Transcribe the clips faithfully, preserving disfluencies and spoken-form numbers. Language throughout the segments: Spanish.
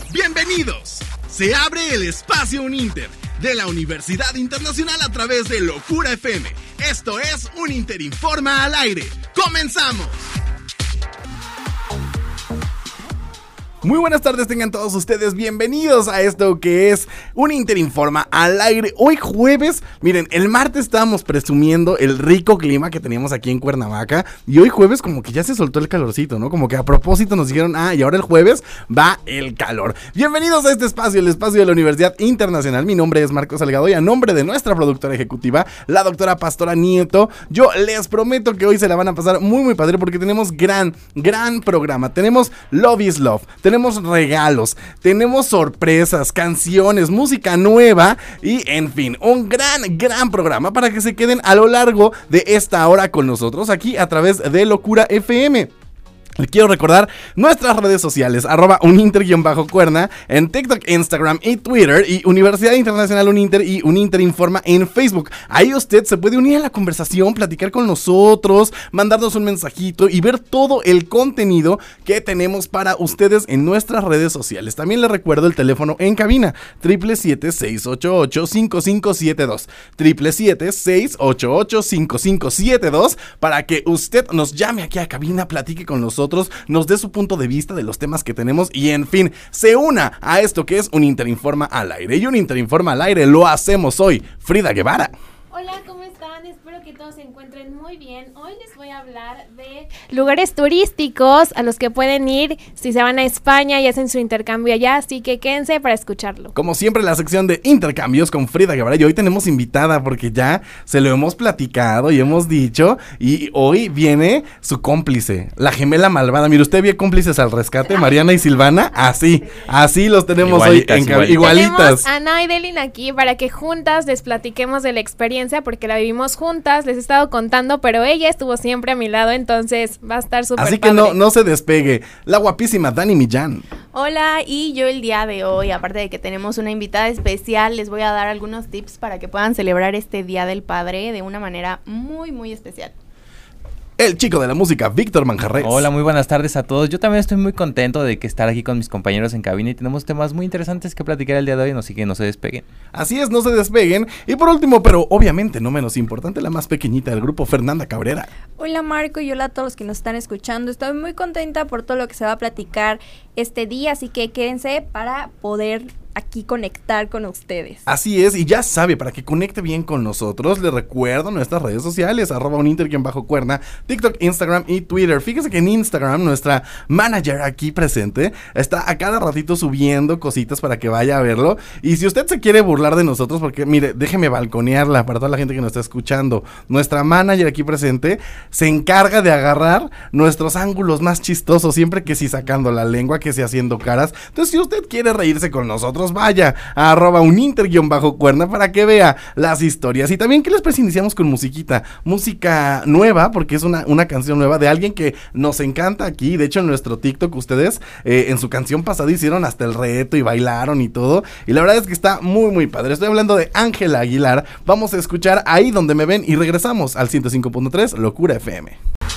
Bienvenidos. Se abre el espacio Uninter de la Universidad Internacional a través de Locura F M. Esto es Uninter Informa al aire. ¡Comenzamos! Muy buenas tardes tengan todos ustedes, bienvenidos a esto que es Uninter Informa al aire. Hoy jueves, miren, el martes estábamos presumiendo el rico clima que teníamos aquí en Cuernavaca y hoy jueves como que ya se soltó el calorcito, ¿no? Como que a propósito nos dijeron, ah, y ahora el jueves va el calor. Bienvenidos a este espacio, el espacio de la Universidad Internacional. Mi nombre es Marcos Salgado y a nombre de nuestra productora ejecutiva, la doctora Pastora Nieto, yo les prometo que hoy se la van a pasar muy muy padre porque tenemos gran, gran programa. Tenemos Love is Love, tenemos regalos, tenemos sorpresas, canciones, música nueva y en fin, un gran, gran programa para que se queden a lo largo de esta hora con nosotros aquí a través de Locura F M. Quiero recordar nuestras redes sociales, arroba uninter-cuerna, en TikTok, Instagram y Twitter, y Universidad Internacional Uninter y Uninter Informa en Facebook. Ahí usted se puede unir a la conversación, platicar con nosotros, mandarnos un mensajito y ver todo el contenido que tenemos para ustedes en nuestras redes sociales. También les recuerdo el teléfono en cabina, siete siete siete, seis ocho ocho, cinco cinco siete dos, siete siete siete, seis ocho ocho, cinco cinco siete dos, para que usted nos llame aquí a cabina, platique con nosotros, nos dé su punto de vista de los temas que tenemos y en fin, se una a esto que es Uninter Informa al aire. Y Uninter Informa al aire lo hacemos hoy, Frida Guevara. Hola, ¿cómo están? Espero que todos se encuentren muy bien. Hoy les voy a hablar de lugares turísticos a los que pueden ir si se van a España y hacen su intercambio allá, así que quédense para escucharlo. Como siempre, la sección de intercambios con Frida Guevara, y hoy tenemos invitada porque ya se lo hemos platicado y hemos dicho, y hoy viene su cómplice, la gemela malvada. Mire, usted vio Cómplices al Rescate, Mariana y Silvana, así, así los tenemos igualitas, hoy en igualitas. igualitas. Tenemos a Ana y Delin aquí para que juntas les platiquemos de la experiencia porque la vivimos juntas, les he estado contando, pero ella estuvo siempre a mi lado, entonces va a estar súper Así que no, no se despegue. La guapísima Dani Millán. Hola, y yo el día de hoy, aparte de que tenemos una invitada especial, les voy a dar algunos tips para que puedan celebrar este Día del Padre de una manera muy, muy especial. El chico de la música, Víctor Manjarres. Hola, muy buenas tardes a todos. Yo también estoy muy contento de que estar aquí con mis compañeros en cabina y tenemos temas muy interesantes que platicar el día de hoy, así que no se despeguen. Así es, no se despeguen. Y por último, pero obviamente no menos importante, la más pequeñita del grupo, Fernanda Cabrera. Hola Marco y hola a todos los que nos están escuchando. Estoy muy contenta por todo lo que se va a platicar este día, así que quédense para poder aquí conectar con ustedes. Así es, y ya sabe, para que conecte bien con nosotros, le recuerdo nuestras redes sociales, arroba uninter-cuerna, TikTok, Instagram y Twitter. Fíjese que en Instagram nuestra manager aquí presente está a cada ratito subiendo cositas para que vaya a verlo. Y si usted se quiere burlar de nosotros, porque mire, déjeme balconearla para toda la gente que nos está escuchando, nuestra manager aquí presente se encarga de agarrar nuestros ángulos más chistosos, siempre que si sacando la lengua, que si haciendo caras. Entonces, si usted quiere reírse con nosotros, vaya a arroba uninter-cuerna para que vea las historias. Y también, ¿qué les parece? Iniciamos con musiquita, música nueva, porque es una, una canción nueva de alguien que nos encanta aquí. De hecho, en nuestro TikTok ustedes eh, en su canción pasada hicieron hasta el reto y bailaron y todo, y la verdad es que está muy muy padre. Estoy hablando de Ángela Aguilar. Vamos a escuchar Ahí Donde Me Ven y regresamos al ciento cinco punto tres Locura F M.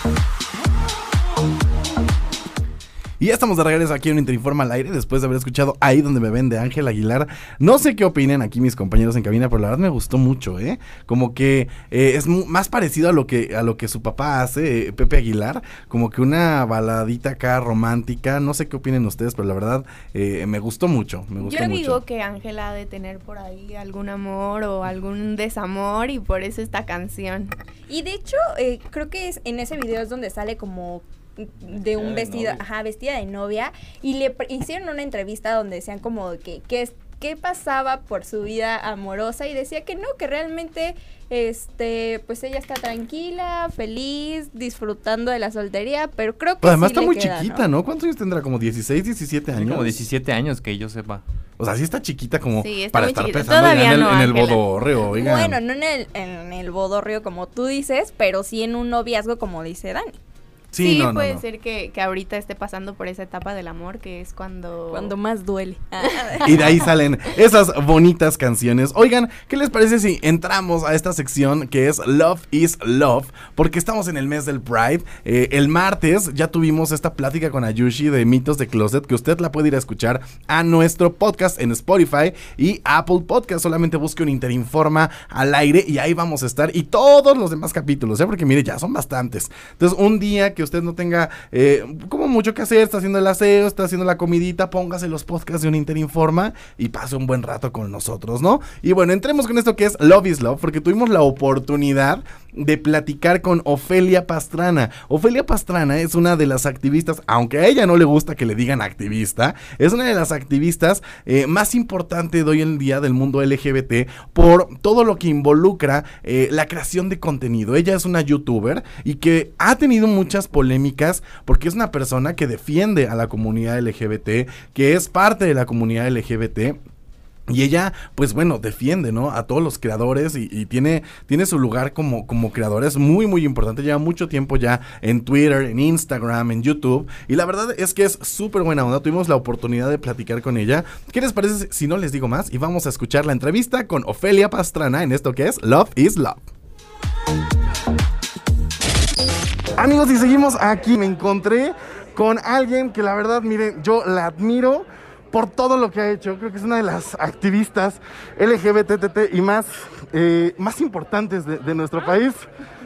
Y ya estamos de regreso aquí en Uninter Informa al aire, después de haber escuchado Ahí Donde Me Ven de Ángela Aguilar. No sé qué opinen aquí mis compañeros en cabina, pero la verdad me gustó mucho, ¿eh? Como que eh, es mu- más parecido a lo que a lo que su papá hace, eh, Pepe Aguilar, como que una baladita acá romántica. No sé qué opinen ustedes, pero la verdad eh, me gustó mucho, me gustó Yo mucho. digo que Ángela ha de tener por ahí algún amor o algún desamor y por eso esta canción. Y de hecho, eh, creo que es en ese video es donde sale como de un vestido, ajá, vestida de novia, y le pre- hicieron una entrevista donde decían como que, que es, qué pasaba por su vida amorosa, y decía que no, que realmente este pues ella está tranquila, feliz, disfrutando de la soltería, pero creo que Pero además sí está le muy queda, chiquita, ¿no? ¿Cuántos años tendrá? ¿Como dieciséis, diecisiete años? Como diecisiete años que yo sepa. O sea, sí está chiquita como Sí, está para muy estar chiquita. pensando ya Todavía en el, no, en el Ángela. bodorrio, oigan. Bueno, no en el, en el bodorrio como tú dices, pero sí en un noviazgo como dice Dani. Sí, Sí, no, no, puede no. ser que, que ahorita esté pasando por esa etapa del amor, que es cuando... Cuando más duele. Y de ahí salen esas bonitas canciones. Oigan, ¿qué les parece si entramos a esta sección que es Love is Love? Porque estamos en el mes del Pride. Eh, el martes ya tuvimos esta plática con Ayushi de Mitos de Closet, que usted la puede ir a escuchar a nuestro podcast en Spotify y Apple Podcast. Solamente busque un Interinforma al aire y ahí vamos a estar. Y todos los demás capítulos, ¿eh? Porque mire, ya son bastantes. Entonces, un día que usted no tenga eh, como mucho que hacer, está haciendo el aseo, está haciendo la comidita, póngase los podcasts de un Interinforma y pase un buen rato con nosotros, ¿no? Y bueno, entremos con esto que es Love is Love, porque tuvimos la oportunidad de platicar con Ofelia Pastrana. Ofelia Pastrana es una de las activistas, aunque a ella no le gusta que le digan activista, es una de las activistas eh, más importantes de hoy en día del mundo L G B T por todo lo que involucra eh, la creación de contenido. Ella es una youtuber y que ha tenido muchas polémicas porque es una persona que defiende a la comunidad L G B T, que es parte de la comunidad L G B T. Y ella, pues bueno, defiende, ¿no? A todos los creadores y, y tiene, tiene su lugar como, como creadora. Es muy, muy importante. Lleva mucho tiempo ya en Twitter, en Instagram, en YouTube. Y la verdad es que es súper buena onda. Tuvimos la oportunidad de platicar con ella. ¿Qué les parece si no les digo más? Y vamos a escuchar la entrevista con Ofelia Pastrana en esto que es Love is Love. Amigos, y seguimos aquí. Me encontré con alguien que la verdad, miren, yo la admiro por todo lo que ha hecho. Creo que es una de las activistas L G B T T y más, eh, más importantes de, de nuestro país.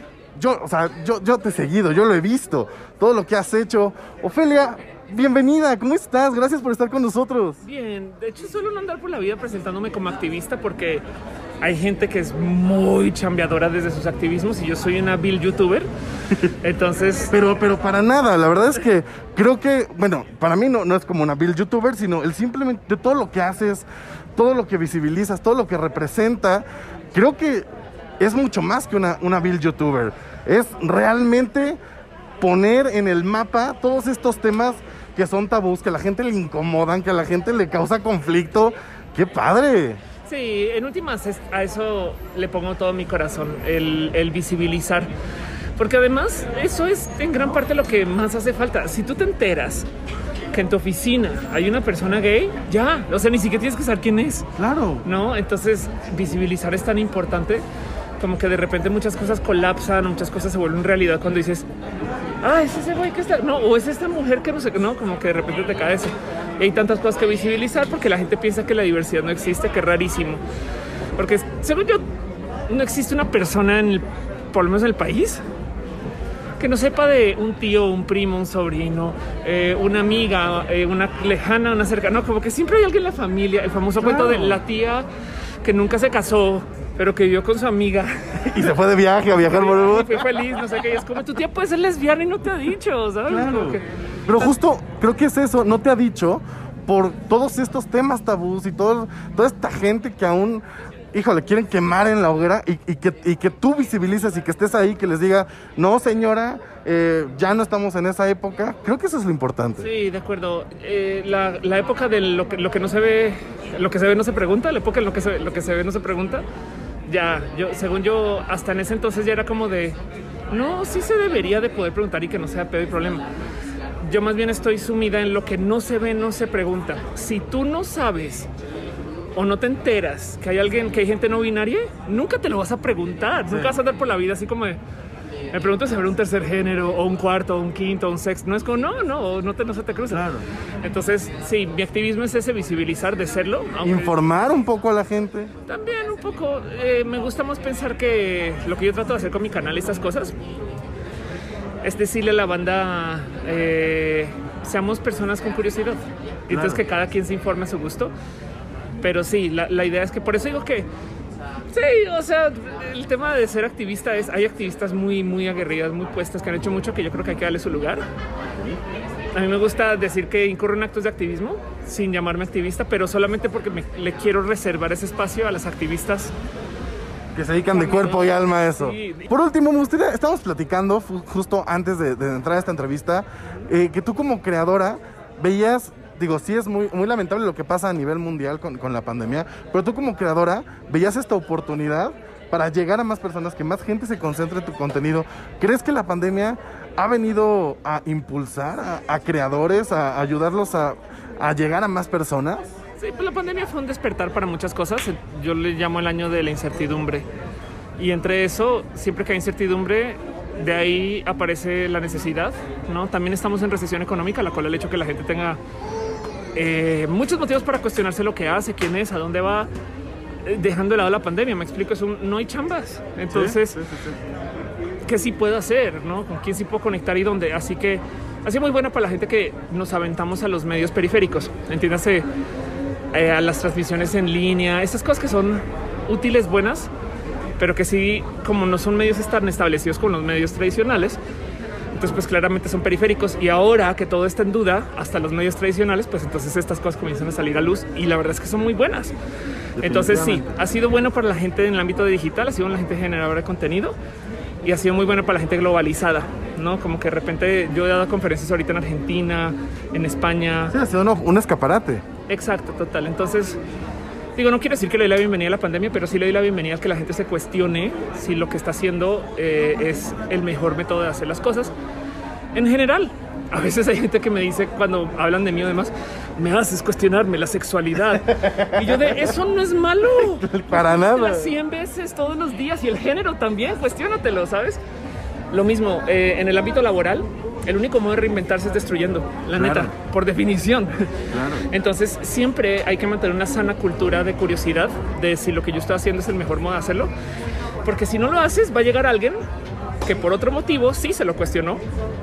Yo, o sea, yo, yo te he seguido, yo lo he visto, todo lo que has hecho. Ofelia, bienvenida, ¿cómo estás? Gracias por estar con nosotros. Bien, de hecho suelo no andar por la vida presentándome como activista porque hay gente que es muy chambeadora desde sus activismos y yo soy una vil youtuber, entonces... Pero, pero para nada, la verdad es que creo que, bueno, para mí no, no es como una vil youtuber, sino el simplemente de todo lo que haces, todo lo que visibilizas, todo lo que representa, creo que es mucho más que una, una vil youtuber. Es realmente poner en el mapa todos estos temas que son tabús, que a la gente le incomodan, que a la gente le causa conflicto. ¡Qué padre! Sí, en últimas es- a eso le pongo todo mi corazón, el, el visibilizar. Porque además eso es en gran parte lo que más hace falta. Si tú te enteras que en tu oficina hay una persona gay, ya, o sea, ni siquiera tienes que saber quién es, Claro. ¿no? Entonces visibilizar es tan importante, como que de repente muchas cosas colapsan, muchas cosas se vuelven realidad cuando dices, ah, es ese güey que está, no, o es esta mujer que no sé qué, no, como que de repente te cae eso. Y hay tantas cosas que visibilizar porque la gente piensa que la diversidad no existe, que es rarísimo. Porque según yo, no existe una persona, en el, por lo menos en el país, que no sepa de un tío, un primo, un sobrino, eh, una amiga, eh, una lejana, una cercana, no, como que siempre hay alguien en la familia, el famoso Claro. cuento de la tía que nunca se casó, pero que vivió con su amiga. Y se fue de viaje a viajar por el Y mundo. fue feliz, no sé qué, y es como, tu tía puede ser lesbiana y no te ha dicho, ¿sabes? Claro. Como que- Pero justo creo que es eso, no te ha dicho por todos estos temas tabús y todo, toda esta gente que aún, híjole, quieren quemar en la hoguera y, y, que, y que tú visibilices y que estés ahí, que les diga, no señora, eh, ya no estamos en esa época. Creo que eso es lo importante. Sí, de acuerdo. Eh, la, la época de lo que, lo que no se ve, lo que se ve no se pregunta, la época en lo que se, lo que se ve no se pregunta. Ya, yo, según yo, hasta en ese entonces ya era como de, no, sí se debería de poder preguntar y que no sea pedo y problema. Yo más bien estoy sumida en lo que no se ve, no se pregunta. Si tú no sabes o no te enteras que hay alguien, que hay gente no binaria, nunca te lo vas a preguntar. Sí. Nunca vas a andar por la vida así como de, me pregunto si habrá un tercer género, o un cuarto, o un quinto, o un sexto. No es como, no, no, no, te, no se te cruza. Claro. Entonces, sí, mi activismo es ese, visibilizar, de serlo. Aunque Informar un poco a la gente. también un poco, eh, me gusta más pensar que lo que yo trato de hacer con mi canal y estas cosas es decirle a la banda, eh, seamos personas con curiosidad. Y entonces que cada quien se informe a su gusto. Pero sí, la, la idea es que, por eso digo que sí, o sea, el tema de ser activista es, hay activistas muy, muy aguerridas, muy puestas, que han hecho mucho, que yo creo que hay que darle su lugar. A mí me gusta decir que incurro en actos de activismo, sin llamarme activista, pero solamente porque me, le quiero reservar ese espacio a las activistas. Que se dedican de cuerpo y alma a eso. Sí. Por último, me gustaría, estamos platicando fu- justo antes de, de entrar a esta entrevista, eh, que tú como creadora veías, digo, sí es muy, muy lamentable lo que pasa a nivel mundial con, con la pandemia, pero tú como creadora veías esta oportunidad para llegar a más personas, que más gente se concentre en tu contenido. ¿Crees que la pandemia ha venido a impulsar a, a creadores, a ayudarlos a, a llegar a más personas? Sí, pues la pandemia fue un despertar para muchas cosas. Yo le llamo el año de la incertidumbre. Y entre eso, siempre que hay incertidumbre, de ahí aparece la necesidad, ¿no? También estamos en recesión económica, la cual el hecho que la gente tenga eh, muchos motivos para cuestionarse lo que hace, quién es, a dónde va, eh, dejando de lado la pandemia. Me explico, es un, no hay chambas. Entonces, sí, sí, sí, sí. ¿Qué sí puedo hacer, no? ¿Con quién sí puedo conectar y dónde? Así que ha sido muy bueno para la gente que nos aventamos a los medios periféricos. Entiéndase, eh, a las transmisiones en línea, esas cosas que son útiles, buenas, pero que sí, como no son medios tan establecidos como los medios tradicionales, entonces pues claramente son periféricos. Y ahora que todo está en duda, hasta los medios tradicionales, pues entonces estas cosas comienzan a salir a luz y la verdad es que son muy buenas. Entonces sí, ha sido bueno para la gente en el ámbito digital, ha sido la gente generadora de contenido y ha sido muy bueno para la gente globalizada, ¿no? Como que de repente yo he dado conferencias ahorita en Argentina, en España. Sí, ha sido un, un escaparate. Exacto, total. Entonces, digo, no quiero decir que le doy la bienvenida a la pandemia, pero sí le doy la bienvenida a que la gente se cuestione si lo que está haciendo eh, es el mejor método de hacer las cosas. En general, a veces hay gente que me dice, cuando hablan de mí o demás, me haces cuestionarme la sexualidad. Y yo de, eso no es malo. Para nada. cien veces todos los días. Y el género también, cuestiónatelo, ¿sabes? Lo mismo, eh, en el ámbito laboral, el único modo de reinventarse es destruyendo, la claro. neta, por definición. Claro. Entonces, siempre hay que mantener una sana cultura de curiosidad de si lo que yo estoy haciendo es el mejor modo de hacerlo. Porque si no lo haces, va a llegar alguien que por otro motivo sí se lo cuestionó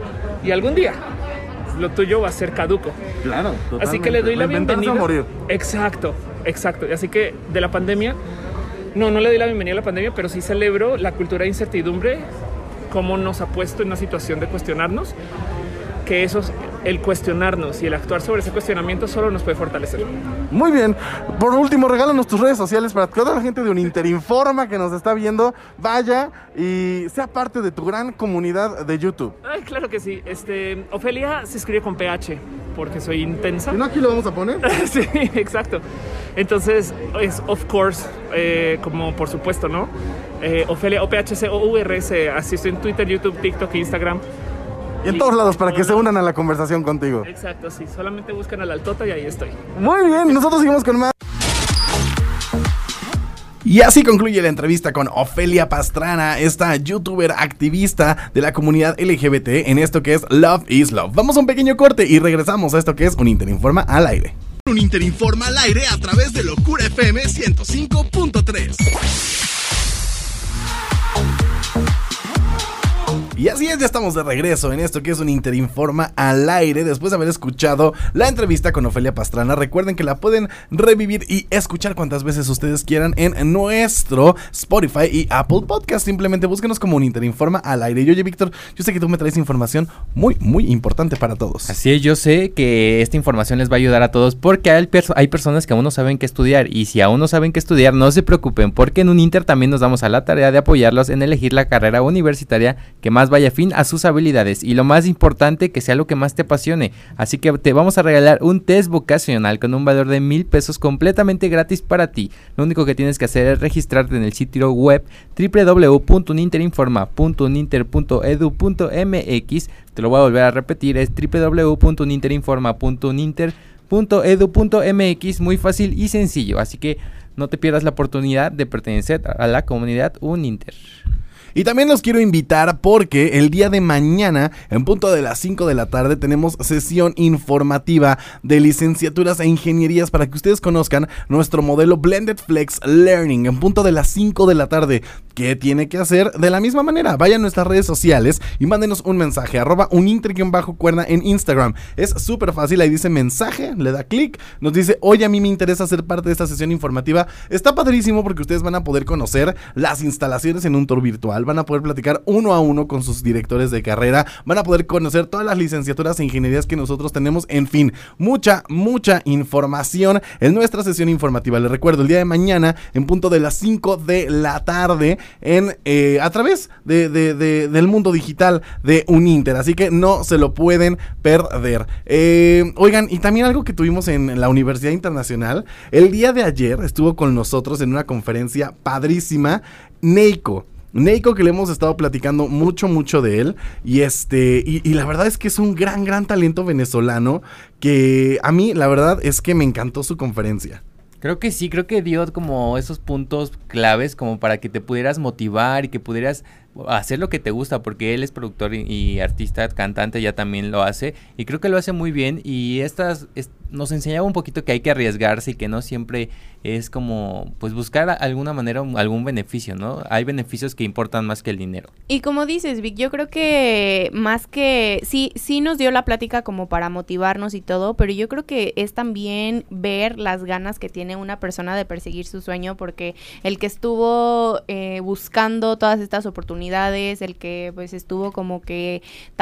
y algún día lo tuyo va a ser caduco. Claro, totalmente. Así que le doy la bienvenida. A morir. Exacto, exacto. Así que de la pandemia, no, no le doy la bienvenida a la pandemia, pero sí celebro la cultura de incertidumbre, cómo nos ha puesto en una situación de cuestionarnos, que eso, el cuestionarnos y el actuar sobre ese cuestionamiento solo nos puede fortalecer. Muy bien. Por último, regálanos tus redes sociales para que toda la gente de Uninterinforma que nos está viendo vaya y sea parte de tu gran comunidad de YouTube. Ay, claro que sí. Este, Ofelia se escribe con P H porque soy intensa. ¿Y no aquí lo vamos a poner? Sí, exacto. Entonces es of course, eh, como por supuesto, ¿no? Eh, Ofelia, O P H C O U R S, así estoy en Twitter, YouTube, TikTok, Instagram. Y en todos lados para que se unan a la conversación contigo. Exacto, sí. Solamente buscan a la Altota y ahí estoy. Muy bien, nosotros seguimos con más. Y así concluye la entrevista con Ofelia Pastrana, esta youtuber activista de la comunidad L G B T en esto que es Love is Love. Vamos a un pequeño corte y regresamos a esto que es Uninterinforma al aire. Uninterinforma al aire a través de Locura F M ciento cinco punto tres. Y así es, ya estamos de regreso en esto que es Uninterinforma al aire. Después de haber escuchado la entrevista con Ofelia Pastrana, recuerden que la pueden revivir y escuchar cuantas veces ustedes quieran en nuestro Spotify y Apple Podcast. Simplemente búsquenos como Uninterinforma al aire. Y oye, Víctor, yo sé que tú me traes información muy, muy importante para todos. Así es, yo sé que esta información les va a ayudar a todos porque hay, perso- hay personas que aún no saben qué estudiar. Y si aún no saben qué estudiar, no se preocupen, porque en Uninter también nos damos a la tarea de apoyarlos en elegir la carrera universitaria que más vaya fin a sus habilidades y lo más importante, que sea lo que más te apasione. Así que te vamos a regalar un test vocacional con un valor de mil pesos completamente gratis para ti. Lo único que tienes que hacer es registrarte en el sitio web doble u doble u doble u punto uninterinforma punto uninter punto edu punto m x. Te lo voy a volver a repetir, es doble u doble u doble u punto uninterinforma punto uninter punto edu punto m x. Muy fácil y sencillo, así que no te pierdas la oportunidad de pertenecer a la comunidad Uninter. Y también los quiero invitar porque el día de mañana, en punto de las cinco de la tarde, tenemos sesión informativa de licenciaturas e ingenierías para que ustedes conozcan nuestro modelo Blended Flex Learning en punto de las cinco de la tarde. ¿Qué tiene que hacer? De la misma manera, vayan a nuestras redes sociales y mándenos un mensaje, arroba uninter-cuerda en Instagram. Es súper fácil, ahí dice mensaje, le da clic, nos dice, oye, a mí me interesa ser parte de esta sesión informativa. Está padrísimo porque ustedes van a poder conocer las instalaciones en un tour virtual, van a poder platicar uno a uno con sus directores de carrera, van a poder conocer todas las licenciaturas e ingenierías que nosotros tenemos, en fin, mucha, mucha información en nuestra sesión informativa. Les recuerdo, el día de mañana, en punto de las cinco de la tarde, en eh, a través de, de, de, del mundo digital de Uninter, así que no se lo pueden perder. Eh, oigan, y también algo que tuvimos en la Universidad Internacional, el día de ayer estuvo con nosotros en una conferencia padrísima, Neiko. Neiko, que le hemos estado platicando mucho, mucho de él, y este, y, y la verdad es que es un gran, gran talento venezolano, que a mí, la verdad, es que me encantó su conferencia. Creo que sí, creo que dio como esos puntos claves como para que te pudieras motivar y que pudieras hacer lo que te gusta, porque él es productor y, y artista, cantante, ya también lo hace, y creo que lo hace muy bien, y estas es, nos enseñaba un poquito que hay que arriesgarse y que no siempre es como, pues buscar a, alguna manera algún beneficio, ¿no? Hay beneficios que importan más que el dinero. Y como dices, Vic, yo creo que más que, sí, sí nos dio la plática como para motivarnos y todo, pero yo creo que es también ver las ganas que tiene una persona de perseguir su sueño, porque el que estuvo eh, buscando todas estas oportunidades, el que pues estuvo como que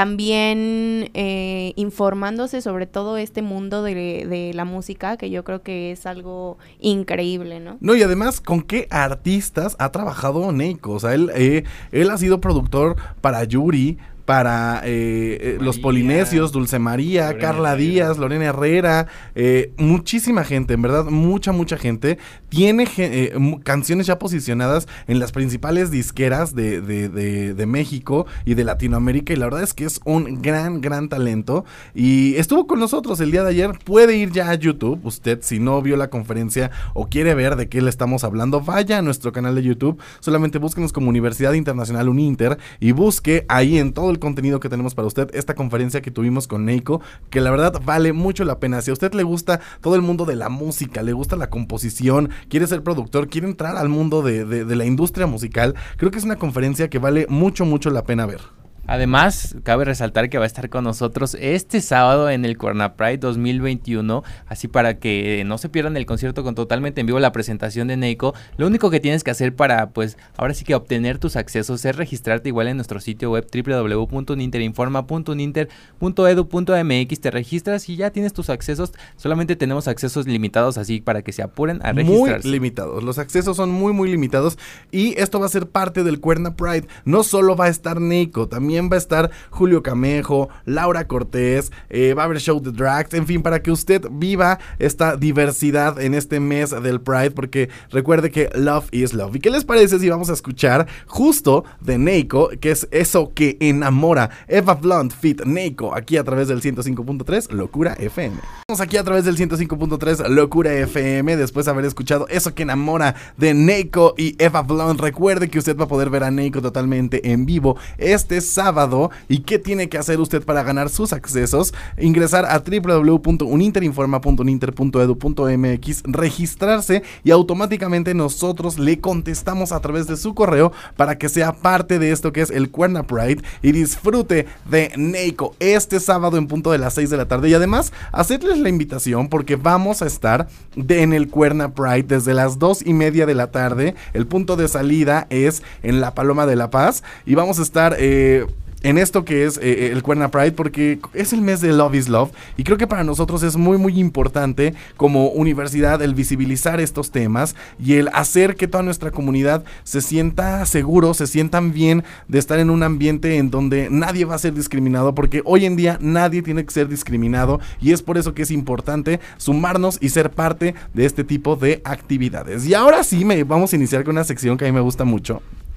también eh, informándose sobre todo este mundo de, de la música, que yo creo que es algo increíble, ¿no? No, y además, ¿con qué artistas ha trabajado Neiko? O sea, él, eh, él ha sido productor para Yuri, para eh, eh, Los Polinesios, Dulce María, Lorena Carla Herrera. Díaz, Lorena Herrera, eh, muchísima gente, en verdad, mucha, mucha gente. Tiene eh, canciones ya posicionadas en las principales disqueras de, de, de, de México y de Latinoamérica, y la verdad es que es un gran, gran talento, y estuvo con nosotros el día de ayer. Puede ir ya a YouTube, usted, si no vio la conferencia o quiere ver de qué le estamos hablando, vaya a nuestro canal de YouTube, solamente búsquenos como Universidad Internacional Uninter, y busque ahí en todo el contenido que tenemos para usted esta conferencia que tuvimos con Neiko, que la verdad vale mucho la pena. Si a usted le gusta todo el mundo de la música, le gusta la composición, quiere ser productor, quiere entrar al mundo de, de, de la industria musical, creo que es una conferencia que vale mucho, mucho la pena ver. Además, cabe resaltar que va a estar con nosotros este sábado en el Cuerna Pride dos mil veintiuno, así para que no se pierdan el concierto con totalmente en vivo, la presentación de Neiko. Lo único que tienes que hacer para, pues, ahora sí que obtener tus accesos es registrarte igual en nuestro sitio web doble u doble u doble u punto uninterinforma punto uninter punto edu punto eme equis, te registras y ya tienes tus accesos. Solamente tenemos accesos limitados, así para que se apuren a registrarse. Muy limitados, los accesos son muy, muy limitados, y esto va a ser parte del Cuerna Pride. No solo va a estar Neiko, también va a estar Julio Camejo, Laura Cortés, eh, va a haber show de drags, en fin, para que usted viva esta diversidad en este mes del Pride, porque recuerde que love is love. ¿Y qué les parece si vamos a escuchar justo de Neiko, que es eso que enamora? Eva Blunt feat. Neiko, aquí a través del ciento cinco punto tres Locura F M. Estamos aquí a través del ciento cinco punto tres Locura F M, después de haber escuchado eso que enamora de Neiko y Eva Blunt. Recuerde que usted va a poder ver a Neiko totalmente en vivo este sábado. ¿Y qué tiene que hacer usted para ganar sus accesos? Ingresar a doble u doble u doble u punto uninterinforma punto uninter punto edu punto eme equis, registrarse, y automáticamente nosotros le contestamos a través de su correo para que sea parte de esto que es el Cuerna Pride y disfrute de Neiko este sábado en punto de las seis de la tarde. Y además, hacerles la invitación porque vamos a estar de, en el Cuerna Pride desde las dos y media de la tarde. El punto de salida es en la Paloma de la Paz, y vamos a estar eh, en esto que es eh, el Cuerna Pride, porque es el mes de Love is Love, y creo que para nosotros es muy muy importante como universidad el visibilizar estos temas y el hacer que toda nuestra comunidad se sienta seguro, se sientan bien de estar en un ambiente en donde nadie va a ser discriminado, porque hoy en día nadie tiene que ser discriminado, y es por eso que es importante sumarnos y ser parte de este tipo de actividades. Y ahora sí, me, vamos a iniciar con una sección que a mí me gusta mucho,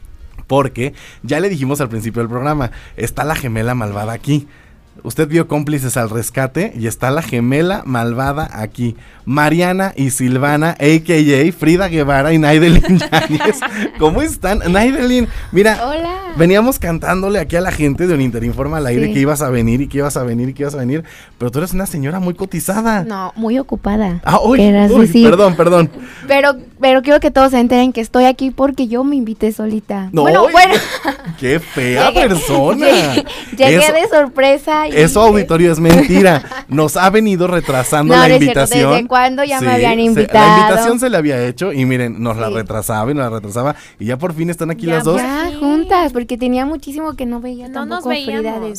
porque ya le dijimos al principio del programa, está la gemela malvada aquí. Usted vio Cómplices al Rescate y está la gemela malvada aquí. Mariana y Silvana, a k a. Frida Guevara y Naidelin Yáñez. ¿Cómo están? Naidelin, mira, hola. Veníamos cantándole aquí a la gente de Uninterinforma al aire, sí, que ibas a venir y que ibas a venir y que ibas a venir, pero tú eres una señora muy cotizada. No, muy ocupada. Ah, uy, uy perdón, perdón. Pero, pero quiero que todos se enteren que estoy aquí porque yo me invité solita. No, bueno, uy, bueno. ¡Qué fea llegué, persona! Llegué, llegué Eso, de sorpresa. Y eso, auditorio, es mentira. Nos ha venido retrasando no, la no invitación. ¿Desde cuándo ya sí, me habían invitado? Se, la invitación se le había hecho y miren, nos sí. la retrasaba y nos la retrasaba y ya por fin están aquí ya, las dos. Ya, juntas, porque tenía muchísimo que no veía no tampoco nos veíamos. Frida desde...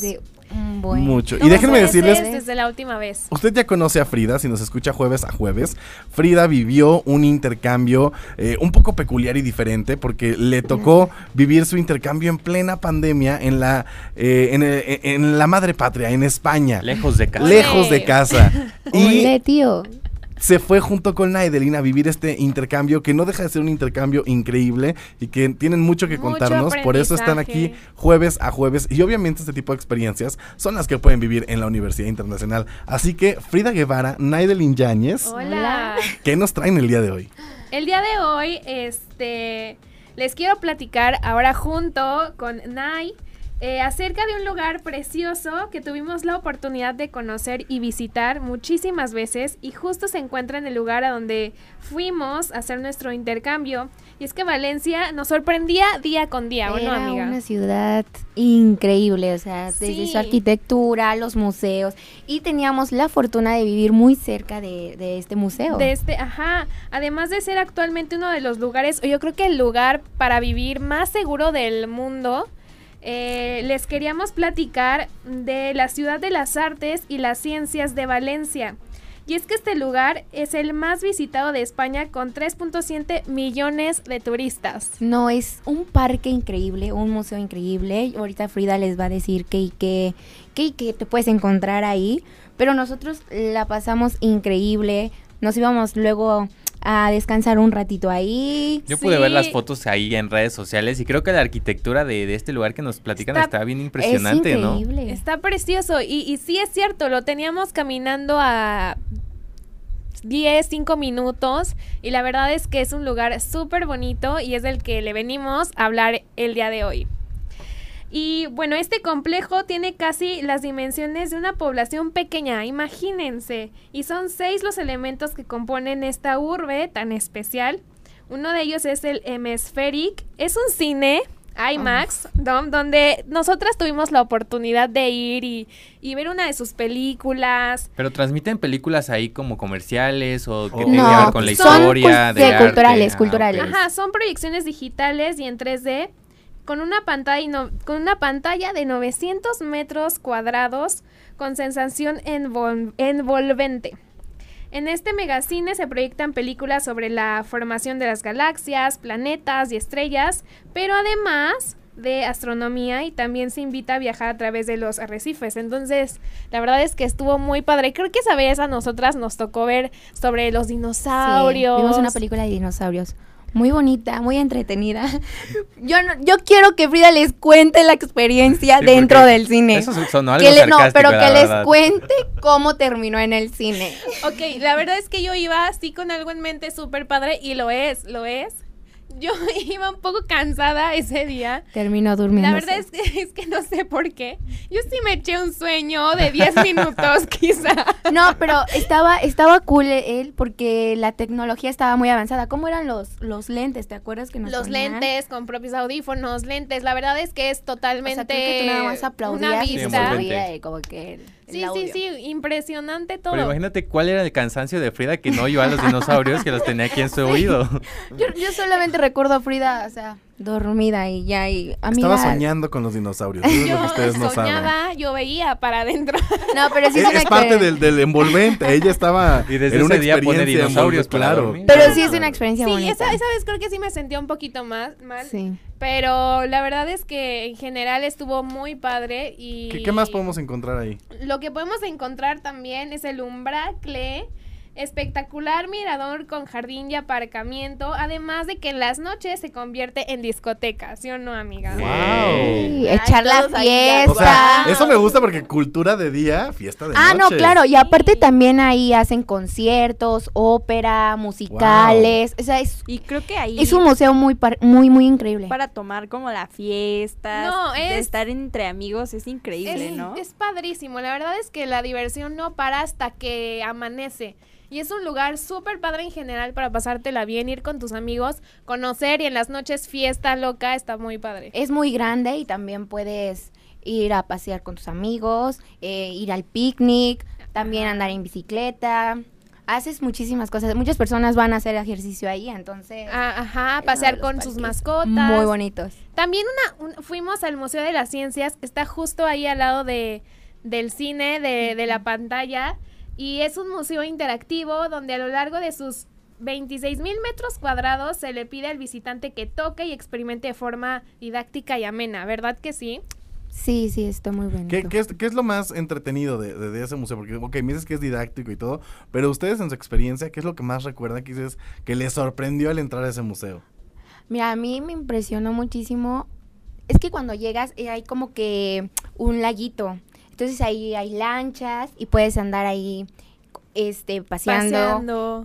Mm, bueno. Mucho. Y ¿Cómo déjenme fue decirles, ese desde la última vez? usted ya conoce a Frida, si nos escucha jueves a jueves. Frida vivió un intercambio eh, un poco peculiar y diferente porque le tocó vivir su intercambio en plena pandemia en la, eh, en, el- en la madre patria, en España. Lejos de casa. Lejos de casa. Y Ole, tío. se fue junto con Naidelin a vivir este intercambio que no deja de ser un intercambio increíble y que tienen mucho que Mucho contarnos. Por eso están aquí aprendizaje. jueves a jueves y obviamente este tipo de experiencias son las que pueden vivir en la Universidad Internacional. Así que Frida Guevara, Naidelin Yáñez, Hola. ¿qué nos traen el día de hoy? El día de hoy, este, les quiero platicar ahora junto con Nay eh, acerca de un lugar precioso que tuvimos la oportunidad de conocer y visitar muchísimas veces y justo se encuentra en el lugar a donde fuimos a hacer nuestro intercambio. Y es que Valencia nos sorprendía día con día, ¿o no, Era amiga? una ciudad increíble, o sea, desde Sí. su arquitectura, los museos, y teníamos la fortuna de vivir muy cerca de, de este museo. De este, ajá, además de ser actualmente uno de los lugares, o yo creo que el lugar para vivir más seguro del mundo, eh, les queríamos platicar de la ciudad de las artes y las ciencias de Valencia. Y es que este lugar es el más visitado de España con tres punto siete millones de turistas. No, es un parque increíble, un museo increíble. Ahorita Frida les va a decir qué y qué, qué y qué te puedes encontrar ahí. Pero nosotros la pasamos increíble. Nos íbamos luego a descansar un ratito ahí. Yo pude Sí. ver las fotos ahí en redes sociales y creo que la arquitectura de, de este lugar que nos platican Está- está, bien impresionante, es ¿no? increíble. Está precioso y, y sí es cierto, lo teníamos caminando a diez, cinco minutos y la verdad es que es un lugar súper bonito y es del que le venimos a hablar el día de hoy. Y bueno, este complejo tiene casi las dimensiones de una población pequeña, imagínense. Y son seis los elementos que componen esta urbe tan especial. Uno de ellos es el Hemispheric. Es un cine IMAX, dom- donde nosotras tuvimos la oportunidad de ir y, y ver una de sus películas. Pero transmiten películas ahí como comerciales o que Oh. tienen que No, ver con la son historia cul- de sí, culturales, arte. culturales. ok. Ajá, son proyecciones digitales y en tres D con una pantalla, y no- con una pantalla de novecientos metros cuadrados con sensación envol- envolvente. En este megacine se proyectan películas sobre la formación de las galaxias, planetas y estrellas, pero además de astronomía y también se invita a viajar a través de los arrecifes. Entonces, la verdad es que estuvo muy padre. Creo que esa vez a nosotras nos tocó ver sobre los dinosaurios. Sí, vimos una película de dinosaurios. Muy bonita, muy entretenida. Yo no, yo quiero que Frida les cuente la experiencia Sí, dentro porque del cine. Eso sonó algo Que le- no, sarcástico, pero la que les verdad. cuente cómo terminó en el cine. Ok, la verdad es que yo iba así con algo en mente súper padre y lo es, lo es. Yo iba un poco cansada ese día. Terminó durmiendo. La verdad es que, es que no sé por qué. Yo sí me eché un sueño de diez minutos quizá. No, pero estaba, estaba cool él porque la tecnología estaba muy avanzada. ¿Cómo eran los, los lentes? ¿Te acuerdas que nos Los ponían? lentes con propios audífonos, lentes. La verdad es que es O totalmente sea, creo que tú nada más una aplaudías y se vista. envolvente. movía y como que el, el Sí, sí, audio. sí, impresionante todo. Pero imagínate cuál era el cansancio de Frida que no oyó a los dinosaurios que los tenía aquí en su oído. Yo, yo solamente recuerdo a Frida, o sea, dormida y ya, y amiga. Estaba soñando con los dinosaurios. Eso es lo que ustedes no saben. soñaba, yo veía para adentro. No, pero sí Es, es, una es parte que- del, del envolvente. Ella estaba Y desde en una ese día pone experiencia dinosaurios envolvente, para claro. dormir. Pero sí es una experiencia Sí, bonita. esa, esa vez creo que sí me sentía un poquito más mal. Sí. Pero la verdad es que en general estuvo muy padre y... ¿Qué, qué más podemos encontrar ahí? Lo que podemos encontrar también es el Umbracle, espectacular mirador con jardín y aparcamiento, además de que en las noches se convierte en discoteca, ¿sí o no, amiga? Sí, Ay, echar la todos ahí ya. fiesta. O sea, Wow. eso me gusta porque cultura de día, fiesta de Ah, no, noche. claro, y aparte también ahí hacen conciertos, ópera, musicales, o sea, es, Y creo que ahí es un museo muy, par- muy, muy increíble. para tomar como la fiesta, No, de es- estar entre amigos es increíble, Es, ¿no? es padrísimo, la verdad es que la diversión no para hasta que amanece. Y es un lugar súper padre en general para pasártela bien, ir con tus amigos, conocer y en las noches fiesta loca, está muy padre. Es muy grande y también puedes ir a pasear con tus amigos, eh, ir al picnic, también Ajá. andar en bicicleta. haces muchísimas cosas. Muchas personas van a hacer ejercicio ahí, entonces... Ah, ajá, es pasear uno de los con sus parques mascotas. muy bonitos. También una, un- fuimos al Museo de las Ciencias, que está justo ahí al lado de, del cine, de, de la pantalla, y es un museo interactivo donde a lo largo de sus veintiséis mil metros cuadrados se le pide al visitante que toque y experimente de forma didáctica y amena, ¿verdad que sí? Sí, sí, está muy bonito. ¿Qué, qué es, qué es lo más entretenido de, de- de ese museo? Porque, ok, me dices que es didáctico y todo, pero ustedes en su experiencia, ¿qué es lo que más recuerdan que dices que les sorprendió al entrar a ese museo? Mira, a mí me impresionó muchísimo. Es que cuando llegas eh, hay como que un laguito. Entonces ahí hay lanchas y puedes andar ahí este paseando. Paseando.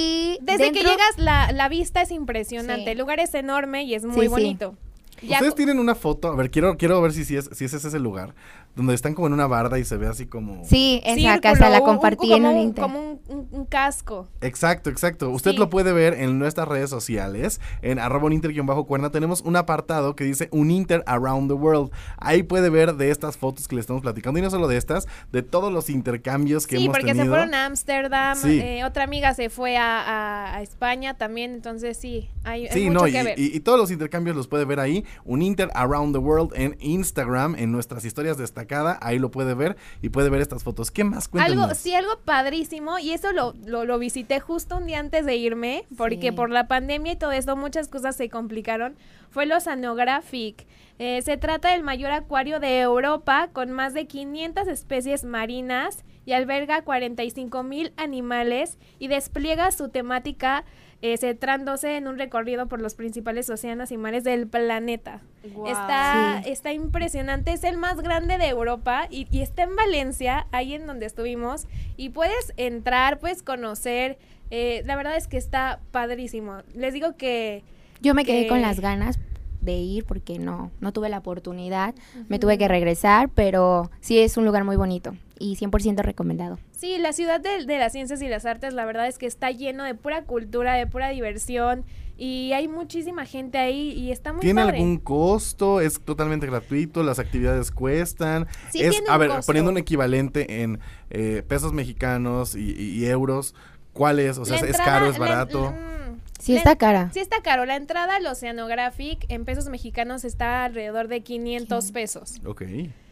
Y Desde que dentro- llegas la, la vista es impresionante, Sí. el lugar es enorme y es muy Sí, sí. bonito. Ya Ustedes cu- tienen una foto, a ver, quiero, quiero ver si, si, es, si ese es ese lugar, donde están como en una barda y se ve así como... Sí, esa círculo, casa la un- compartí un- en como un un- Inter. Como un, un- un casco. Exacto, exacto. Usted Sí. lo puede ver en nuestras redes sociales, en arroba uninter-cuerna. Tenemos un apartado que dice Uninter Around the World. Ahí puede ver de estas fotos que le estamos platicando, y no solo de estas, de todos los intercambios que Sí, hemos porque tenido. se fueron a Ámsterdam, Sí. eh, otra amiga se fue a, a- a España también, entonces sí, hay, hay Sí, mucho no, y, que ver. y- y todos los intercambios los puede ver ahí, Uninter Around the World en Instagram, en nuestras historias destacadas, ahí lo puede ver y puede ver estas fotos. ¿Qué más? Cuéntenos. Algo, sí, algo padrísimo, y eso lo, lo, lo visité justo un día antes de irme, porque Sí. por la pandemia y todo esto muchas cosas se complicaron, fue el Oceanographic. Eh, se trata del mayor acuario de Europa con más de quinientas especies marinas y alberga cuarenta y cinco mil animales y despliega su temática eh, centrándose en un recorrido por los principales océanos y mares del planeta. Guau. Está, Sí. está impresionante, es el más grande de Europa y, y está en Valencia, ahí en donde estuvimos, y puedes entrar, puedes conocer, eh, la verdad es que está padrísimo. Les digo que... Yo me quedé que- con las ganas de ir porque no, no tuve la oportunidad. Me tuve que regresar, pero sí es un lugar muy bonito y cien por ciento recomendado. Sí, la ciudad de, de las ciencias y las artes, la verdad es que está lleno de pura cultura, de pura diversión, y hay muchísima gente ahí y está muy ¿Tiene padre. algún costo? ¿Es totalmente gratuito? ¿Las actividades cuestan? Sí, es, tiene a un ver, costo. poniendo un equivalente en eh, pesos mexicanos y, y- y euros, ¿cuál es? O sea, La ¿es entrada- caro, es la- barato? mm, Sí la- está cara. Sí está caro. La entrada al Oceanographic en pesos mexicanos está alrededor de quinientos pesos. Ok.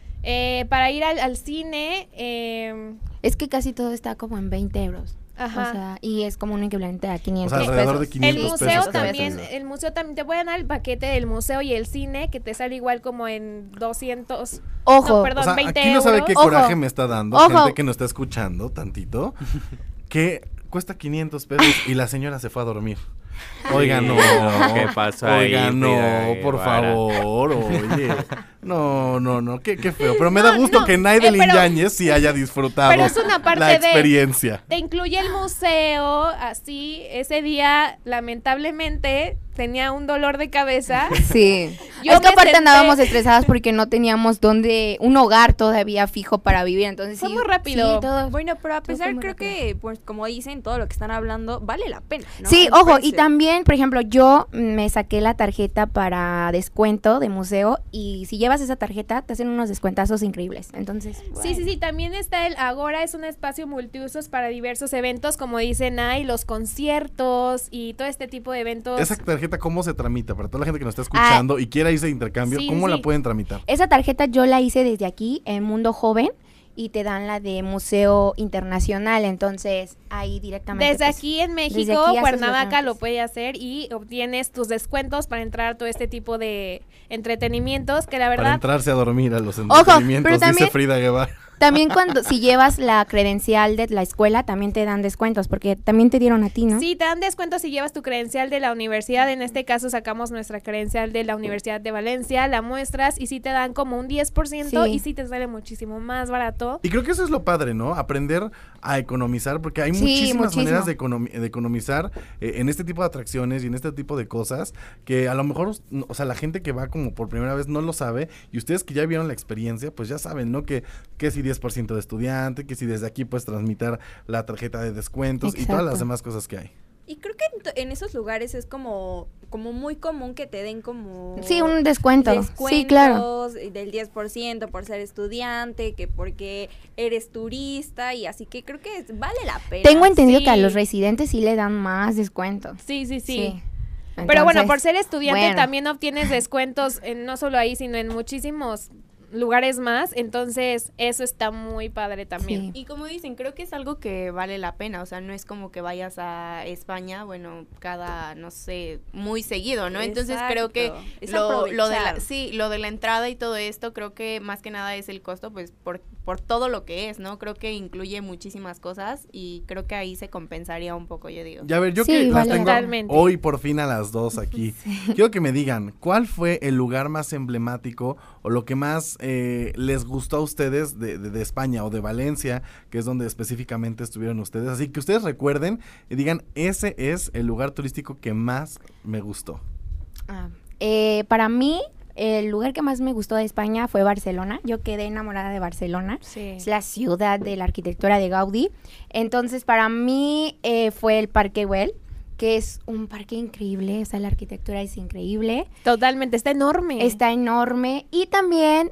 Eh, para ir al, al cine, eh, Es que casi todo está como en veinte euros. ajá. O sea, y es como un equivalente a quinientos O sea, alrededor pesos. de quinientos el pesos museo cada también, actividad. el museo también te pueden dar el paquete del museo y el cine que te sale igual como en doscientos. Ojo, no, perdón, O sea, veinte aquí no sabe qué euros. Ojo. coraje me está dando, Ojo. gente que nos está escuchando tantito, que cuesta quinientos pesos y la señora se fue a dormir. Oiga, no. ¿Qué pasó ahí, Oiga, no, Frida por Guevara? favor, oye. No, no, no, qué, qué feo. Pero me da No, gusto no, que Naidel eh, pero- Yáñez sí haya disfrutado pero es una parte la de- experiencia. Te incluye el museo, así, ese día, lamentablemente, tenía un dolor de cabeza. sí. Yo es que me aparte senté- andábamos estresadas porque no teníamos donde un hogar todavía fijo para vivir, entonces Fue sí, muy rápido. sí, todo- Bueno, pero a todo fue pesar, muy creo rápido. que, pues, como dicen, todo lo que están hablando, vale la pena, ¿no? Sí, El ojo, y precio. también, por ejemplo, yo me saqué la tarjeta para descuento de museo y si llevas esa tarjeta te hacen unos descuentazos increíbles. Entonces, Sí, sí, sí, también está el Agora, es un espacio multiusos para diversos eventos, como dicen ahí, los conciertos y todo este tipo de eventos. Esa tarjeta, ¿cómo se tramita? Para toda la gente que nos está escuchando y quiera irse de intercambio, Sí, ¿cómo sí. la pueden tramitar? esa tarjeta yo la hice desde aquí en Mundo Joven y te dan la de Museo Internacional, entonces ahí directamente. Desde pues, aquí en desde México, aquí haces los Cuernavaca lo trámites. puede hacer y obtienes tus descuentos para entrar a todo este tipo de entretenimientos que la Para verdad... entrarse a dormir a los Ojo, entretenimientos, pero dice también- Frida Guevara. También cuando, si llevas la credencial de la escuela, también te dan descuentos, porque también te dieron a ti, ¿no? Sí, te dan descuento si llevas tu credencial de la universidad. En este caso sacamos nuestra credencial de la Universidad de Valencia, la muestras y sí te dan como un diez por ciento Sí. y sí te sale muchísimo más barato. Y creo que eso es lo padre, ¿no? Aprender a economizar, porque hay Sí, muchísimas muchísimo. maneras de, economi- de economizar eh, en este tipo de atracciones y en este tipo de cosas que a lo mejor, us- no- o sea, la gente que va como por primera vez no lo sabe y ustedes que ya vieron la experiencia, pues ya saben, ¿no? Que, que si diez por ciento de estudiante, que si desde aquí puedes transmitir la tarjeta de descuentos y todas las Exacto. demás cosas que hay. Y creo que en, to- en esos lugares es como como muy común que te den como... Sí, un descuento. Descuentos Sí, claro. del diez por ciento por ser estudiante, que porque eres turista y así que creo que es- vale la pena. Tengo entendido sí. que a los residentes sí le dan más descuento. Sí, sí, sí. Sí. Pero bueno, Entonces, por ser estudiante bueno. también obtienes descuentos en, no solo ahí, sino en muchísimos lugares más. Entonces, eso está muy padre también. Sí. Y como dicen, creo que es algo que vale la pena, o sea, no es como que vayas a España, bueno, cada, no sé, muy seguido, ¿no? Entonces creo que Exacto. Es lo, lo de la, aprovechar. sí, lo de la entrada y todo esto, creo que más que nada es el costo, pues, por, por todo lo que es, ¿no? Creo que incluye muchísimas cosas y creo que ahí se compensaría un poco, yo digo. Ya a ver, yo Sí, que las vale. tengo Totalmente. hoy por fin a las dos aquí. Quiero que me digan, ¿cuál fue el lugar más emblemático o lo que más eh, les gustó a ustedes de, de- de España o de Valencia, que es donde específicamente estuvieron ustedes? Así que ustedes recuerden y digan, ese es el lugar turístico que más me gustó. Ah, eh, para mí, el lugar que más me gustó de España fue Barcelona. Yo quedé enamorada de Barcelona. Sí. Es la ciudad de la arquitectura de Gaudí. Entonces, para mí eh, fue el Parque Güell, que es un parque increíble. O sea, la arquitectura es increíble. Totalmente, está enorme. Está enorme. Y también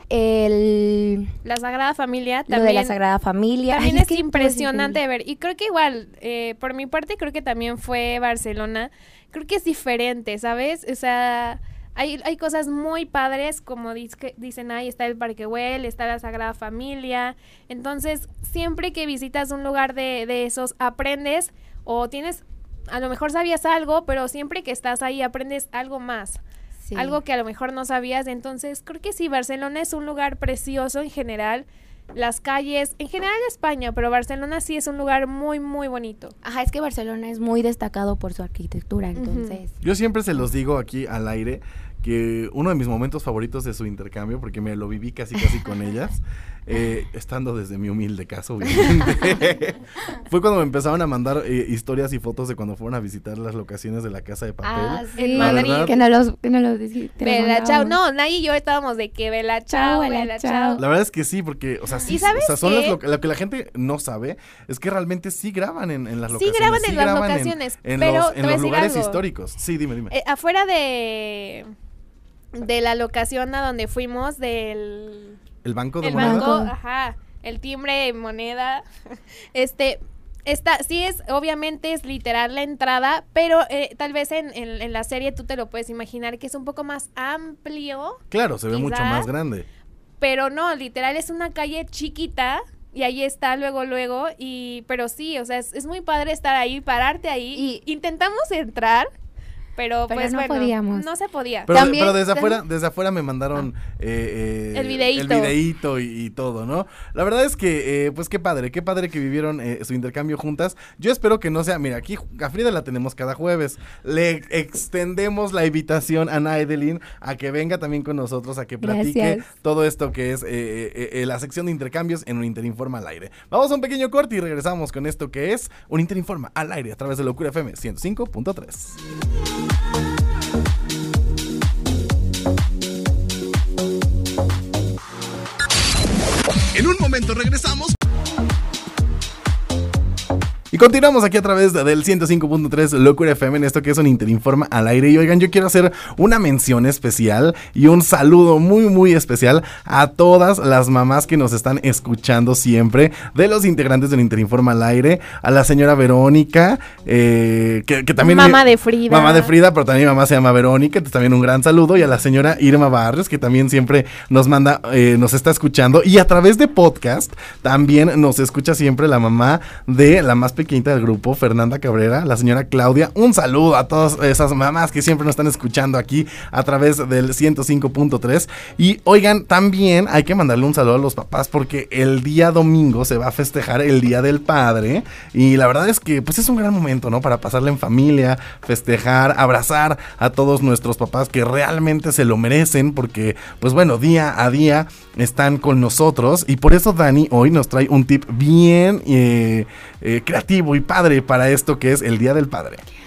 el... La Sagrada Familia Lo también. de la Sagrada Familia. También Ay, es que todo impresionante de increíble. ver. Y creo que igual, eh, por mi parte, creo que también fue Barcelona. Creo que es diferente, ¿sabes? O sea, hay, hay cosas muy padres, como diz- que dicen ahí, está el Parque Güell, está la Sagrada Familia. Entonces, siempre que visitas un lugar de, de esos, aprendes o tienes, a lo mejor sabías algo, pero siempre que estás ahí aprendes algo más. Sí. Algo que a lo mejor no sabías. Entonces, creo que sí, Barcelona es un lugar precioso en general. Las calles, en general España, pero Barcelona sí es un lugar muy, muy bonito. Ajá, es que Barcelona es muy destacado por su arquitectura, entonces... Yo siempre se los digo aquí al aire que uno de mis momentos favoritos de su intercambio, porque me lo viví casi casi con ellas, eh, estando desde mi humilde casa, obviamente, fue cuando me empezaron a mandar eh, historias y fotos de cuando fueron a visitar las locaciones de la Casa de Papel. Ah, sí. En La Madrid. verdad, Que no los, que no los decí- te los Bella chao. mandamos. No, Nay y yo estábamos de que Bella chao, Chao, Bella Bella chao. chao. La verdad es que sí, porque, o sea, sí, ¿Y sabes o sea, son qué? las lo, lo que la gente no sabe, es que realmente sí graban en, en las Sí locaciones. graban en las graban locaciones, en, pero los, te en voy a los decir lugares algo. históricos. Sí, dime, dime. Eh, afuera de de la locación a donde fuimos del El banco de el moneda. banco, ajá, el timbre de moneda, este, está, sí es, obviamente es literal la entrada, pero eh, tal vez en, en, en la serie tú te lo puedes imaginar que es un poco más amplio, Claro, se ve mucho quizá, más grande. pero no, literal es una calle chiquita. Y ahí está luego, luego, y, pero sí, o sea, es, es muy padre estar ahí, pararte ahí. Y- Intentamos entrar, pero, Pero pues no bueno, podíamos. no se podía. Pero, También- pero desde también- afuera, desde afuera me mandaron eh, eh, El videíto. el videíto y, y todo, ¿no? La verdad es que, eh, pues qué padre, qué padre que vivieron eh, su intercambio juntas. Yo espero que no sea, mira, aquí a Frida la tenemos cada jueves. Le extendemos la invitación a Naidelin a que venga también con nosotros, a que platique Gracias. todo esto que es eh, eh, eh, la sección de intercambios en un Interinforma al aire. Vamos a un pequeño corte y regresamos con esto que es un Interinforma al aire a través de Locura F M ciento cinco punto tres. En un momento regresamos. Y continuamos aquí a través de- del ciento cinco punto tres Locura F M en esto que es un Interinforma al aire. Y oigan, yo quiero hacer una mención especial y un saludo muy muy especial a todas las mamás que nos están escuchando siempre, de los integrantes del Interinforma al aire, a la señora Verónica, eh, que, que también... Mamá de Frida. Mamá de Frida, pero también mi mamá se llama Verónica, entonces también un gran saludo. Y a la señora Irma Barrios, que también siempre nos manda, eh, nos está escuchando. Y a través de podcast también nos escucha siempre la mamá de la más pequeñita del grupo, Fernanda Cabrera, la señora Claudia. Un saludo a todas esas mamás que siempre nos están escuchando aquí a través del ciento cinco punto tres. Y oigan, también hay que mandarle un saludo a los papás porque el día domingo se va a festejar el Día del Padre. Y la verdad es que pues es un gran momento, ¿no? Para pasarla en familia, festejar, abrazar a todos nuestros papás que realmente se lo merecen porque, pues bueno, día a día están con nosotros. Y por eso Dani hoy nos trae un tip bien eh, eh, creativo y padre para esto que es el Día del Padre.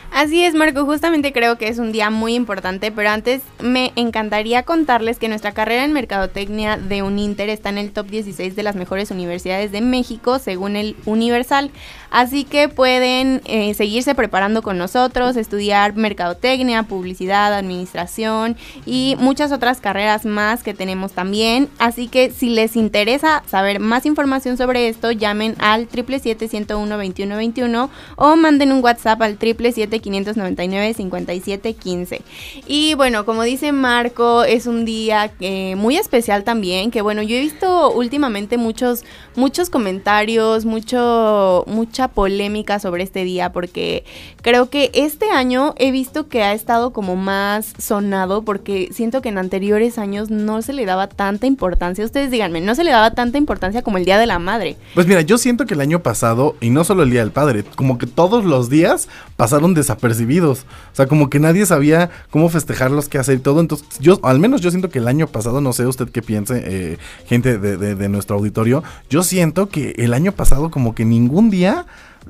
Así es, Marco, justamente creo que es un día muy importante, pero antes me encantaría contarles que nuestra carrera en Mercadotecnia de Uninter está en el top dieciséis de las mejores universidades de México, según el Universal. Así que pueden eh, seguirse preparando con nosotros, estudiar Mercadotecnia, Publicidad, Administración y muchas otras carreras más que tenemos también. Así que si les interesa saber más información sobre esto, llamen al siete siete siete, uno cero uno, dos uno dos uno o manden un WhatsApp al siete siete siete, cinco nueve nueve, cinco siete uno cinco. Y bueno, como dice Marco, es un día eh, muy especial también, que bueno, yo he visto últimamente muchos, muchos comentarios, mucho, mucha polémica sobre este día, porque creo que este año he visto que ha estado como más sonado, porque siento que en anteriores años no se le daba tanta importancia. Ustedes díganme, no se le daba tanta importancia como el Día de la Madre. Pues mira, yo siento que el año pasado, y no solo el Día del Padre, como que todos los días pasaron desapercibidos. O sea, como que nadie sabía cómo festejarlos, qué hacer y todo. Entonces, yo, al menos yo siento que el año pasado, no sé usted qué piense, eh, gente de, de, de nuestro auditorio, yo siento que el año pasado como que ningún día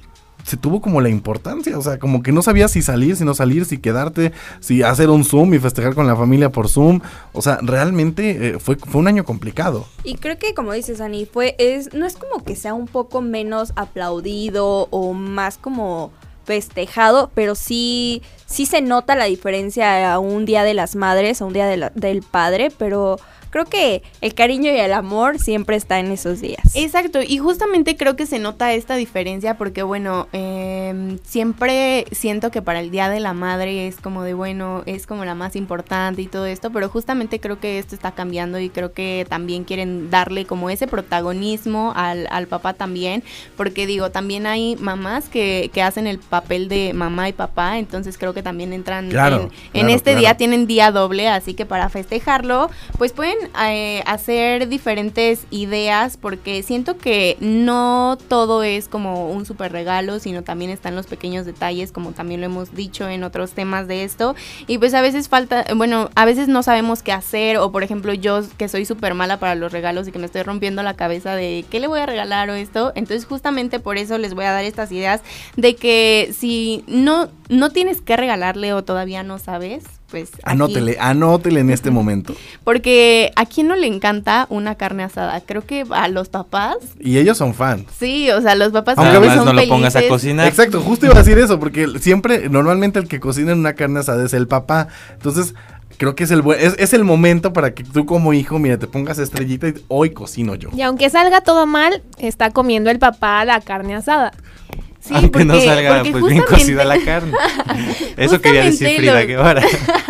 se tuvo como la importancia, o sea, como que no sabías si salir, si no salir, si quedarte, si hacer un Zoom y festejar con la familia por Zoom. O sea, realmente eh, fue, fue un año complicado. Y creo que, como dices, Ani, fue, es, no es como que sea un poco menos aplaudido o más como festejado, pero sí, sí se nota la diferencia a un Día de las Madres, a un Día de la, del Padre, pero creo que el cariño y el amor siempre está en esos días. Exacto, y justamente creo que se nota esta diferencia porque, bueno, eh, siempre siento que para el Día de la Madre es como de, bueno, es como la más importante y todo esto, pero justamente creo que esto está cambiando y creo que también quieren darle como ese protagonismo al, al papá también, porque digo, también hay mamás que, que hacen el papel de mamá y papá, entonces creo que también entran claro, en, claro, en este claro. día, tienen día doble, así que para festejarlo, pues pueden Eh, hacer diferentes ideas, porque siento que no todo es como un súper regalo, sino también están los pequeños detalles, como también lo hemos dicho en otros temas de esto, y pues a veces falta, bueno, a veces no sabemos qué hacer, o por ejemplo yo que soy súper mala para los regalos y que me estoy rompiendo la cabeza de qué le voy a regalar o esto, entonces justamente por eso les voy a dar estas ideas de que si no, no tienes que regalarle o todavía no sabes, pues anótele, aquí. anótele en este momento. Porque a quién no le encanta una carne asada, creo que a los papás. Y ellos son fans. Sí, o sea, los papás aunque a veces son no felices. Lo pongas a cocinar. Exacto, justo iba a decir eso, porque siempre, normalmente el que cocina en una carne asada es el papá. Entonces, creo que es el es, es el momento para que tú como hijo, mira, te pongas estrellita y hoy cocino yo. Y aunque salga todo mal, está comiendo el papá la carne asada. Sí, aunque porque, no salga pues bien cocida la carne. Eso quería decir Frida Guevara.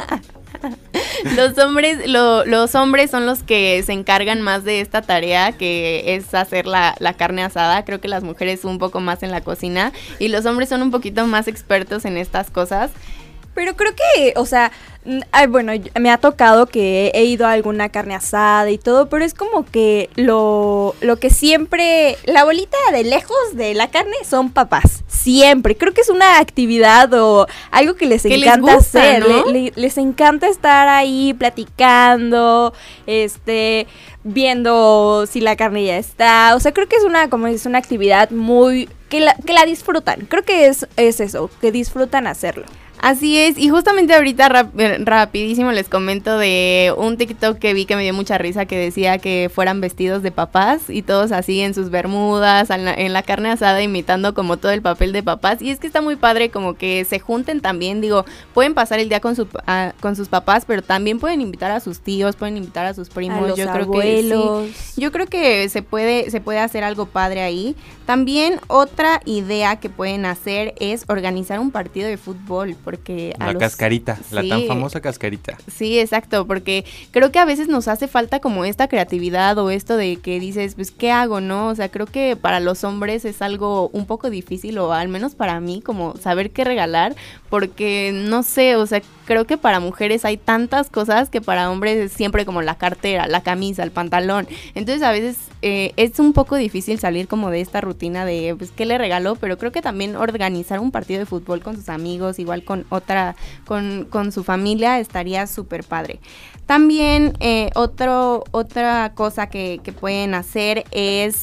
Los hombres, lo, los hombres son los que se encargan más de esta tarea, que es hacer la, la carne asada. Creo que las mujeres un poco más en la cocina y los hombres son un poquito más expertos en estas cosas. Pero creo que, o sea, ay, bueno, me ha tocado que he ido a alguna carne asada y todo, pero es como que lo, lo que siempre, la bolita de lejos de la carne son papás, siempre. Creo que es una actividad o algo que les que encanta les gusta, hacer, ¿no? le, le, les encanta estar ahí platicando, este, viendo si la carne ya está. O sea, creo que es una, como es una actividad muy, que la, que la disfrutan. Creo que es, es eso, que disfrutan hacerlo. Así es, y justamente ahorita rap, rapidísimo les comento de un TikTok que vi que me dio mucha risa, que decía que fueran vestidos de papás y todos así en sus bermudas, en la, en la carne asada, imitando como todo el papel de papás, y es que está muy padre como que se junten también, digo, pueden pasar el día con, su, a, con sus papás, pero también pueden invitar a sus tíos, pueden invitar a sus primos, a los yo abuelos. creo que sí, yo creo que se puede, se puede hacer algo padre ahí. También otra idea que pueden hacer es organizar un partido de fútbol, porque a la los, cascarita, sí, la tan famosa cascarita. Sí, exacto, porque creo que a veces nos hace falta como esta creatividad o esto de que dices, pues, ¿qué hago, no? O sea, creo que para los hombres es algo un poco difícil, o al menos para mí, como saber qué regalar, porque no sé, o sea, creo que para mujeres hay tantas cosas que para hombres es siempre como la cartera, la camisa, el pantalón. Entonces a veces eh, es un poco difícil salir como de esta rutina de, pues, ¿qué le regalo? Pero creo que también organizar un partido de fútbol con sus amigos, igual con otra, con, con su familia, estaría súper padre. También eh, otro, otra cosa que, que pueden hacer es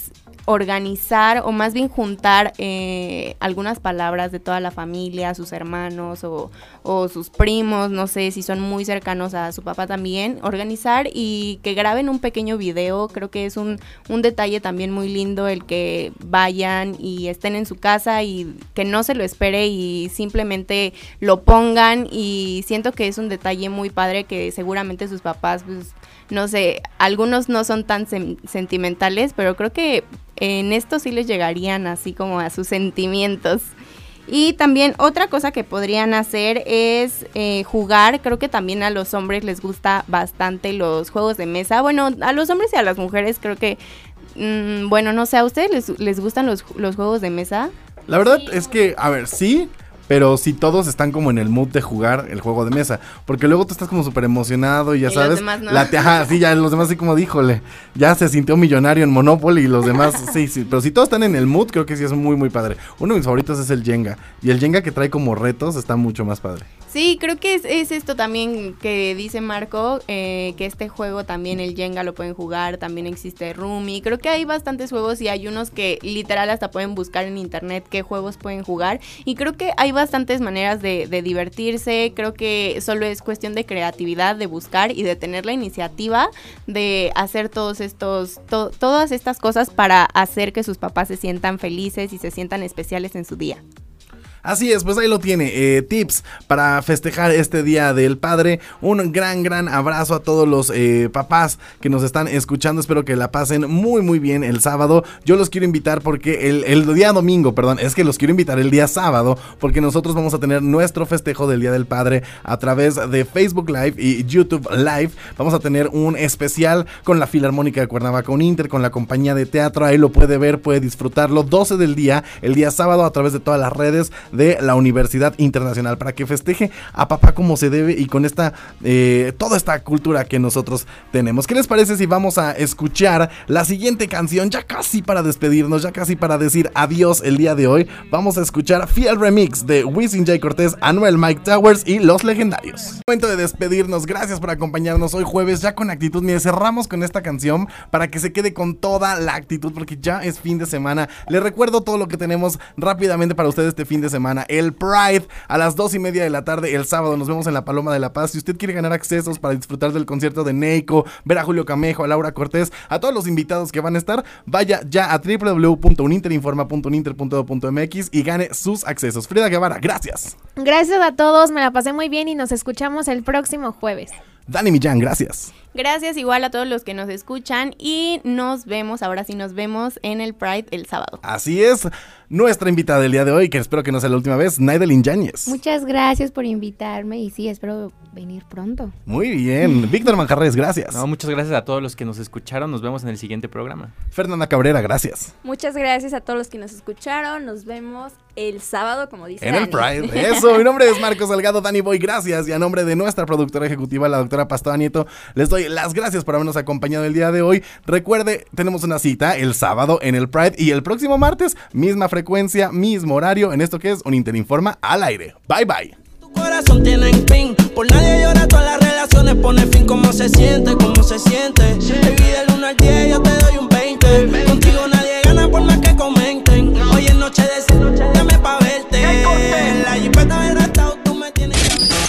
organizar o más bien juntar eh, algunas palabras de toda la familia, sus hermanos o, o sus primos, no sé si son muy cercanos a su papá también, organizar y que graben un pequeño video. Creo que es un, un detalle también muy lindo el que vayan y estén en su casa y que no se lo espere y simplemente lo pongan, y siento que es un detalle muy padre que seguramente sus papás, pues, no sé, algunos no son tan sem- sentimentales, pero creo que en esto sí les llegarían así como a sus sentimientos. Y también otra cosa que podrían hacer es eh, jugar. Creo que también a los hombres les gusta bastante los juegos de mesa. Bueno, a los hombres y a las mujeres creo que, mmm, bueno, no sé, ¿a ustedes les, les gustan los, los juegos de mesa? La verdad sí. Es que, a ver, sí... Pero si todos están como en el mood de jugar el juego de mesa, porque luego tú estás como súper emocionado y ya y sabes, los demás no. la te- ajá, sí, ya los demás así como díjole, ya se sintió millonario en Monopoly y los demás, sí, sí, pero si todos están en el mood, creo que sí es muy, muy padre. Uno de mis favoritos es el Jenga, y el Jenga que trae como retos está mucho más padre. Sí, creo que es, es esto también que dice Marco, eh, que este juego también, el Jenga, lo pueden jugar, también existe Rummy. Creo que hay bastantes juegos y hay unos que literal hasta pueden buscar en internet qué juegos pueden jugar, y creo que hay bastantes maneras de, de divertirse. Creo que solo es cuestión de creatividad, de buscar y de tener la iniciativa de hacer todos estos, to, todas estas cosas para hacer que sus papás se sientan felices y se sientan especiales en su día. Así es, pues ahí lo tiene, eh, tips para festejar este Día del Padre. Un gran, gran abrazo a todos los eh, papás que nos están escuchando. Espero que la pasen muy, muy bien el sábado. Yo los quiero invitar porque el, el día domingo, perdón, es que los quiero invitar el día sábado, porque nosotros vamos a tener nuestro festejo del Día del Padre a través de Facebook Live y YouTube Live. Vamos a tener un especial con la Filarmónica de Cuernavaca Uninter, con la compañía de teatro. Ahí lo puede ver, puede disfrutarlo. doce del día, el día sábado, a través de todas las redes de la Universidad Internacional, para que festeje a papá como se debe y con esta eh, toda esta cultura que nosotros tenemos. ¿Qué les parece si vamos a escuchar la siguiente canción? Ya casi para despedirnos, ya casi para decir adiós el día de hoy. Vamos a escuchar Fiel Remix de Wisin J. Cortés, Anuel, Mike Towers y Los Legendarios. Momento de despedirnos, gracias por acompañarnos hoy jueves ya con actitud. Mire, cerramos con esta canción para que se quede con toda la actitud, porque ya es fin de semana. Les recuerdo todo lo que tenemos rápidamente para ustedes este fin de semana. El Pride a las dos y media de la tarde el sábado. Nos vemos en la Paloma de la Paz. Si usted quiere ganar accesos para disfrutar del concierto de Neiko, ver a Julio Camejo, a Laura Cortés, a todos los invitados que van a estar, vaya ya a doble u doble u doble u punto uninterinforma punto uninter punto edu punto eme equis y gane sus accesos. Frida Guevara, gracias. Gracias a todos, me la pasé muy bien y nos escuchamos el próximo jueves. Dani Millán, gracias. Gracias igual a todos los que nos escuchan y nos vemos, ahora sí nos vemos en el Pride el sábado. Así es, nuestra invitada del día de hoy, que espero que no sea la última vez, Naidelin Yáñez. Muchas gracias por invitarme y sí, espero venir pronto. Muy bien, Víctor Manjarres, gracias. No, muchas gracias a todos los que nos escucharon, nos vemos en el siguiente programa. Fernanda Cabrera, gracias. Muchas gracias a todos los que nos escucharon, nos vemos el sábado, como dice en Dani. el Pride, eso, mi nombre es Marcos Salgado, Dani Boy, gracias, y a nombre de nuestra productora ejecutiva, la doctora Pastora Nieto, les doy las gracias por habernos acompañado el día de hoy. Recuerde, tenemos una cita el sábado en el Pride y el próximo martes, misma frecuencia, mismo horario, en esto que es un Interinforma al aire. Bye, bye. Tu corazón tiene fin, por nadie llora, todas las relaciones pone fin. ¿Cómo se siente? ¿Cómo se siente? Baby, del uno al diez yo te doy un veinte. Contigo nadie gana por más que comenten. Hoy es noche de dame pa' verte. La jipeta del restado tú me tienes.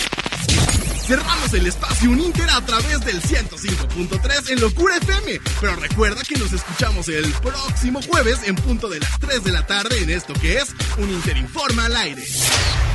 Cerramos el espacio Uninter a través del ciento cinco punto tres en Locura F M. Pero recuerda que nos escuchamos el próximo jueves en punto de las tres de la tarde en esto que es un Interinforma al aire.